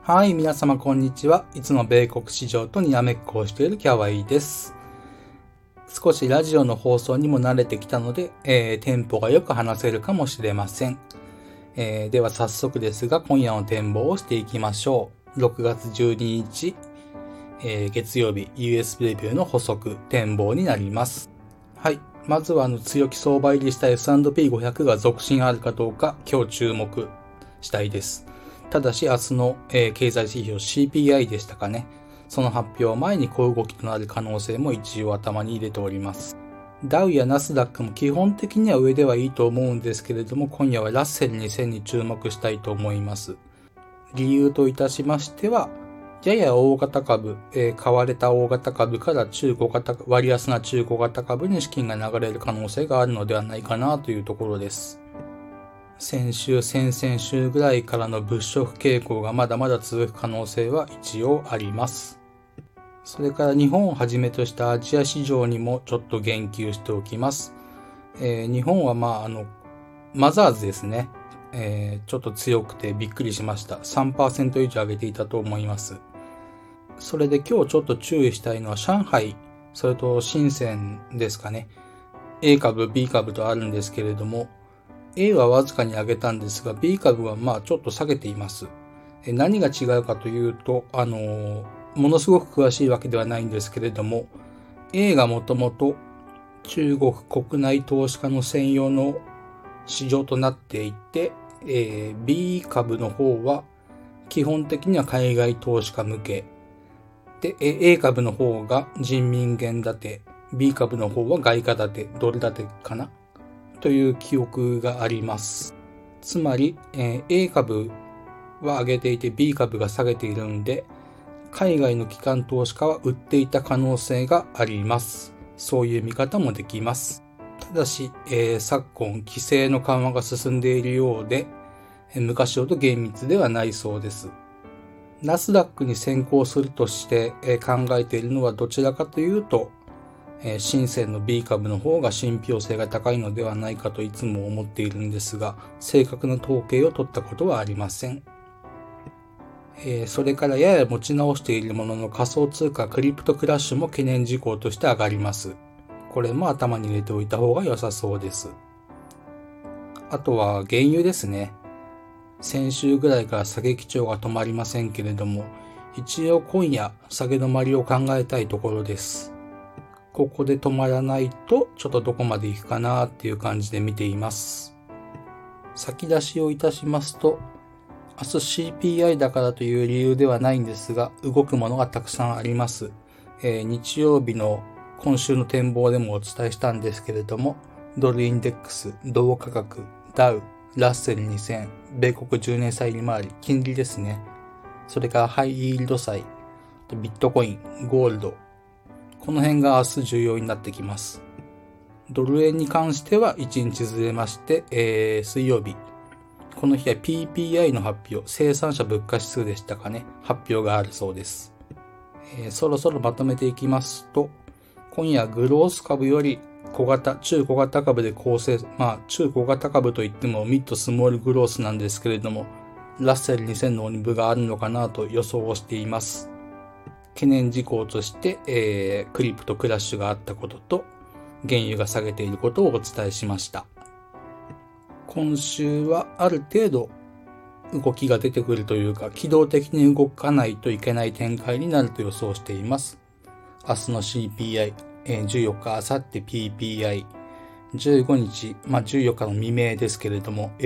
はい、皆様こんにちは。いつも米国市場とにらめっこをしているキャワイです。少しラジオの放送にも慣れてきたので、テンポがよく話せるかもしれません。では早速ですが、今夜の展望をしていきましょう。6月12日、月曜日、US プレビューの補足、展望になります。はい。まずは強気相場入りした S&P500 が続伸あるかどうか、今日注目したいです。ただし明日の、経済指標 CPI でしたかね。その発表前に小動きとなる可能性も一応頭に入れております。ダウやナスダックも基本的には上ではいいと思うんですけれども、今夜はラッセル2000に注目したいと思います。理由といたしましては、やや大型株、買われた大型株から割安な中小型株に資金が流れる可能性があるのではないかなというところです。先週、先々週ぐらいからの物色傾向がまだまだ続く可能性は一応あります。それから日本をはじめとしたアジア市場にもちょっと言及しておきます。日本はマザーズですね。ちょっと強くてびっくりしました。3% 以上上げていたと思います。それで今日ちょっと注意したいのは上海、それと深センですかね。A 株、B 株とあるんですけれども、A はわずかに上げたんですが、B 株はちょっと下げています。何が違うかというと、ものすごく詳しいわけではないんですけれども、A がもともと中国国内投資家の専用の市場となっていて、B 株の方は基本的には海外投資家向け。で、A 株の方が人民元建て、B 株の方は外貨建て、ドル建てかなという記憶があります。つまり、A 株は上げていて B 株が下げているので、海外の機関投資家は売っていた可能性があります。そういう見方もできます。ただし、昨今規制の緩和が進んでいるようで、昔ほど厳密ではないそうです。ナスダックに先行するとして考えているのはどちらかというと、深センの B 株の方が信憑性が高いのではないかといつも思っているんですが、正確な統計を取ったことはありません。それからやや持ち直しているものの仮想通貨クリプトクラッシュも懸念事項として上がります。これも頭に入れておいた方が良さそうです。あとは原油ですね。先週ぐらいから下げ基調が止まりませんけれども、一応今夜下げ止まりを考えたいところです。ここで止まらないとちょっとどこまで行くかなっていう感じで見ています。先出しをいたしますと、明日 CPI だからという理由ではないんですが、動くものがたくさんあります。日曜日の今週の展望でもお伝えしたんですけれども、ドルインデックス、同価格、ダウ、ラッセル2000、米国10年債利回り、金利ですね。それからハイイールド債、ビットコイン、ゴールド。この辺が明日重要になってきます。ドル円に関しては1日ずれまして、水曜日。この日は PPI の発表、生産者物価指数でしたかね、発表があるそうです。そろそろまとめていきますと、今夜グロース株より中小型株で構成、中小型株といってもミッドスモールグロースなんですけれども、ラッセル2000の2部があるのかなと予想をしています。懸念事項として、クリプトクラッシュがあったことと、原油が下げていることをお伝えしました。今週はある程度動きが出てくるというか、機動的に動かないといけない展開になると予想しています。明日の CPI、14日、明後日 PPI、15日、14日の未明ですけれども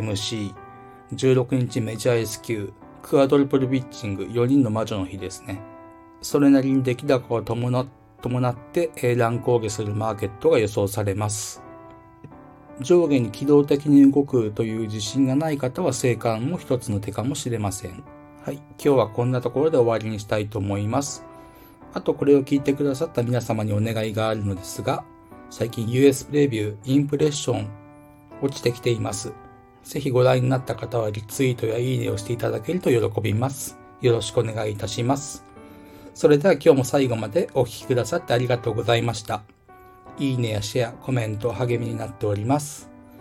FOMC、16日メジャー S q、クアドルプルピッチング、4人の魔女の日ですね。それなりに出来高を伴って乱高下するマーケットが予想されます。上下に機動的に動くという自信がない方は静観も一つの手かもしれません。はい、今日はこんなところで終わりにしたいと思います。あとこれを聞いてくださった皆様にお願いがあるのですが、最近 US プレビュー、インプレッション落ちてきています。ぜひご覧になった方はリツイートやいいねをしていただけると喜びます。よろしくお願いいたします。それでは今日も最後までお聞きくださってありがとうございました。いいねやシェア、コメント励みになっております。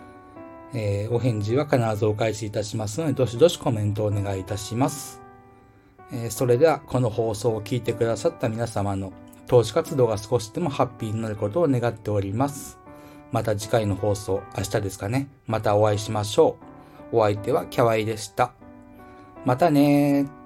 お返事は必ずお返しいたしますので、どしどしコメントをお願いいたします。 それではこの放送を聞いてくださった皆様の投資活動が少しでもハッピーになることを願っております。また次回の放送、明日ですかね。またお会いしましょう。お相手はキャワイでした。またねー。